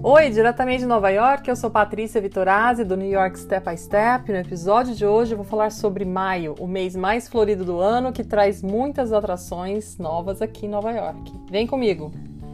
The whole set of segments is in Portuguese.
Oi, diretamente de Nova York, eu sou Patrícia Vitorazzi do New York Step by Step. No episódio de hoje eu vou falar sobre maio, o mês mais florido do ano, que traz muitas atrações novas aqui em Nova York. Vem comigo!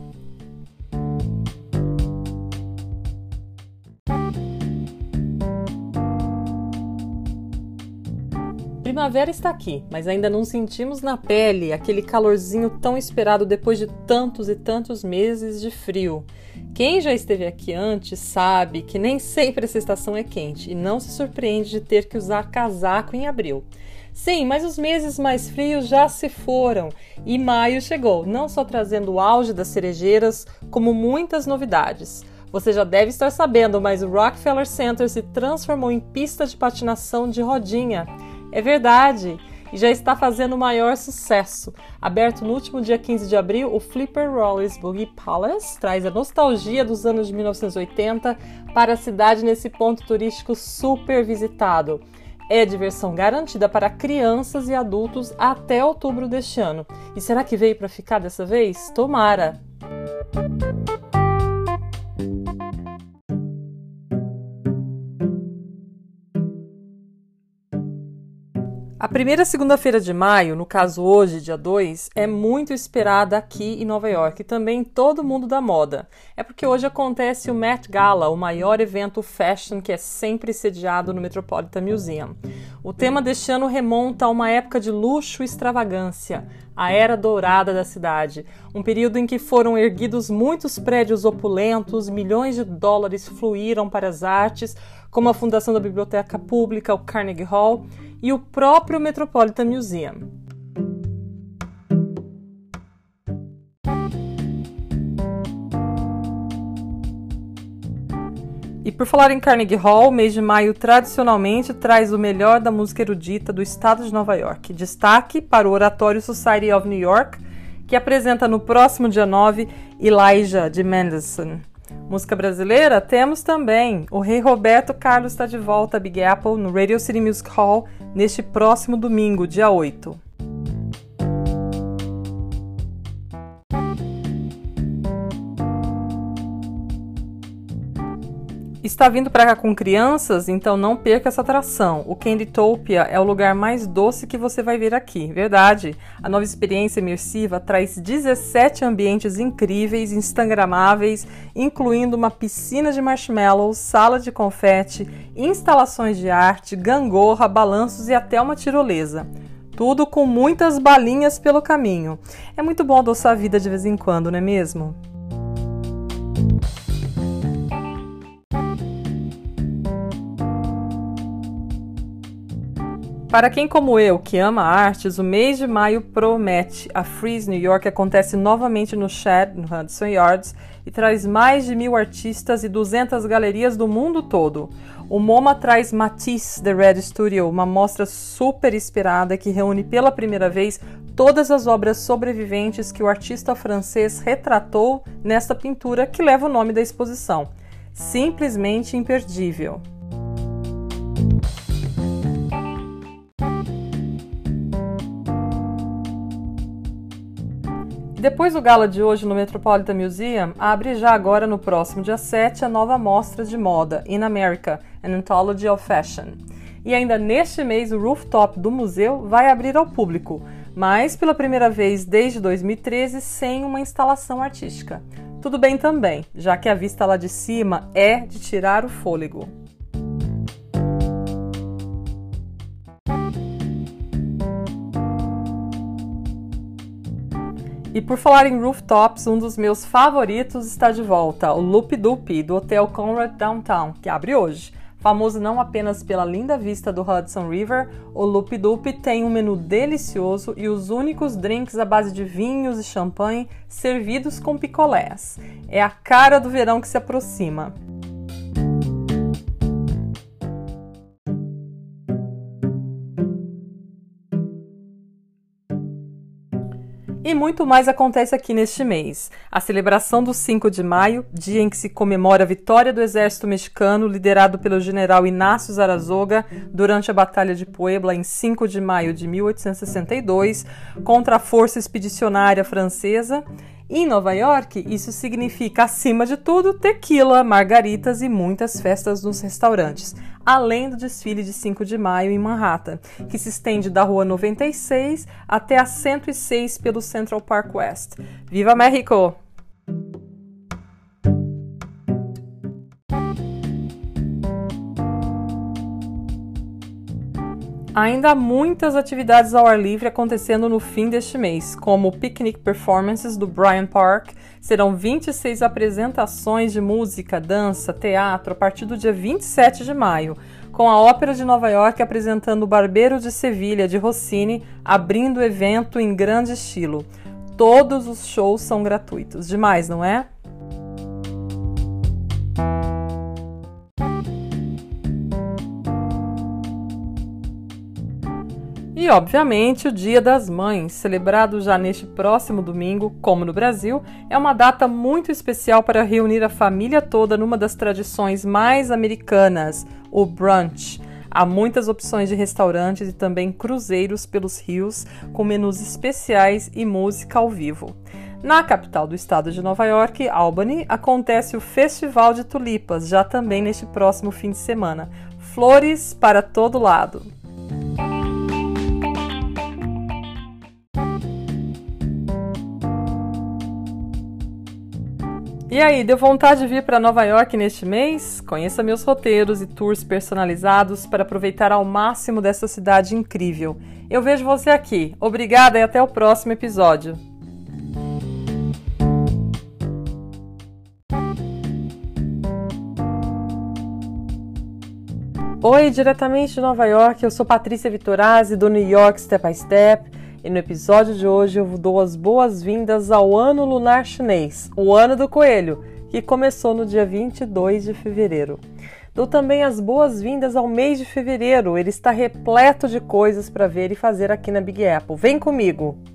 Primavera está aqui, mas ainda não sentimos na pele aquele calorzinho tão esperado depois de tantos e tantos meses de frio. Quem já esteve aqui antes sabe que nem sempre essa estação é quente e não se surpreende de ter que usar casaco em abril. Sim, mas os meses mais frios já se foram e maio chegou, não só trazendo o auge das cerejeiras, como muitas novidades. Você já deve estar sabendo, mas o Rockefeller Center se transformou em pista de patinação de rodinha. É verdade, e já está fazendo o maior sucesso. Aberto no último dia 15 de abril, o Flipper Roller's Boogie Palace traz a nostalgia dos anos de 1980 para a cidade nesse ponto turístico super visitado. É diversão garantida para crianças e adultos até outubro deste ano. E será que veio para ficar dessa vez? Tomara! A primeira segunda-feira de maio, no caso hoje, dia 2, é muito esperada aqui em Nova York e também em todo o mundo da moda. É porque hoje acontece o Met Gala, o maior evento fashion que é sempre sediado no Metropolitan Museum. O tema deste ano remonta a uma época de luxo e extravagância, a era dourada da cidade, um período em que foram erguidos muitos prédios opulentos, milhões de dólares fluíram para as artes, como a fundação da Biblioteca Pública, o Carnegie Hall, e o próprio Metropolitan Museum. E por falar em Carnegie Hall, o mês de maio tradicionalmente traz o melhor da música erudita do estado de Nova York. Destaque para o Oratório Society of New York, que apresenta no próximo dia 9 Elijah de Mendelssohn. Música brasileira? Temos também. O Rei Roberto Carlos está de volta a Big Apple no Radio City Music Hall neste próximo domingo, dia 8. Está vindo para cá com crianças? Então não perca essa atração. O Candytopia é o lugar mais doce que você vai ver aqui. Verdade! A nova experiência imersiva traz 17 ambientes incríveis, instagramáveis, incluindo uma piscina de marshmallows, sala de confete, instalações de arte, gangorra, balanços e até uma tirolesa. Tudo com muitas balinhas pelo caminho. É muito bom adoçar a vida de vez em quando, não é mesmo? Para quem como eu, que ama artes, o mês de maio promete. A Frieze New York acontece novamente no Shedd, no Hudson Yards, e traz mais de 1.000 artistas e 200 galerias do mundo todo. O MoMA traz Matisse The Red Studio, uma mostra super esperada que reúne pela primeira vez todas as obras sobreviventes que o artista francês retratou nesta pintura que leva o nome da exposição. Simplesmente imperdível. Depois do gala de hoje no Metropolitan Museum, abre já agora no próximo dia 7 a nova mostra de moda In America, An Anthology of Fashion. E ainda neste mês o rooftop do museu vai abrir ao público, mas pela primeira vez desde 2013 sem uma instalação artística. Tudo bem também, já que a vista lá de cima é de tirar o fôlego. E por falar em rooftops, um dos meus favoritos está de volta, o Loop Doop, do Hotel Conrad Downtown, que abre hoje. Famoso não apenas pela linda vista do Hudson River, o Loop Doop tem um menu delicioso e os únicos drinks à base de vinhos e champanhe servidos com picolés. É a cara do verão que se aproxima. E muito mais acontece aqui neste mês. A celebração do 5 de maio, dia em que se comemora a vitória do exército mexicano liderado pelo general Inácio Zarazoga durante a Batalha de Puebla em 5 de maio de 1862 contra a força expedicionária francesa. Em Nova York, isso significa, acima de tudo, tequila, margaritas e muitas festas nos restaurantes, além do desfile de 5 de maio em Manhattan, que se estende da Rua 96 até a 106 pelo Central Park West. Viva México! Ainda há muitas atividades ao ar livre acontecendo no fim deste mês, como o Picnic Performances do Bryant Park. Serão 26 apresentações de música, dança, teatro a partir do dia 27 de maio, com a Ópera de Nova York apresentando o Barbeiro de Sevilha de Rossini, abrindo o evento em grande estilo. Todos os shows são gratuitos. Demais, não é? E, obviamente, o Dia das Mães, celebrado já neste próximo domingo, como no Brasil, é uma data muito especial para reunir a família toda numa das tradições mais americanas, o brunch. Há muitas opções de restaurantes e também cruzeiros pelos rios, com menus especiais e música ao vivo. Na capital do estado de Nova York, Albany, acontece o Festival de Tulipas, já também neste próximo fim de semana. Flores para todo lado. E aí, deu vontade de vir para Nova York neste mês? Conheça meus roteiros e tours personalizados para aproveitar ao máximo dessa cidade incrível. Eu vejo você aqui. Obrigada e até o próximo episódio. Oi, diretamente de Nova York, eu sou Patrícia Vitorazzi do New York Step by Step. E no episódio de hoje eu dou as boas-vindas ao Ano Lunar Chinês, o Ano do Coelho, que começou no dia 22 de fevereiro. Dou também as boas-vindas ao mês de fevereiro, ele está repleto de coisas para ver e fazer aqui na Big Apple. Vem comigo!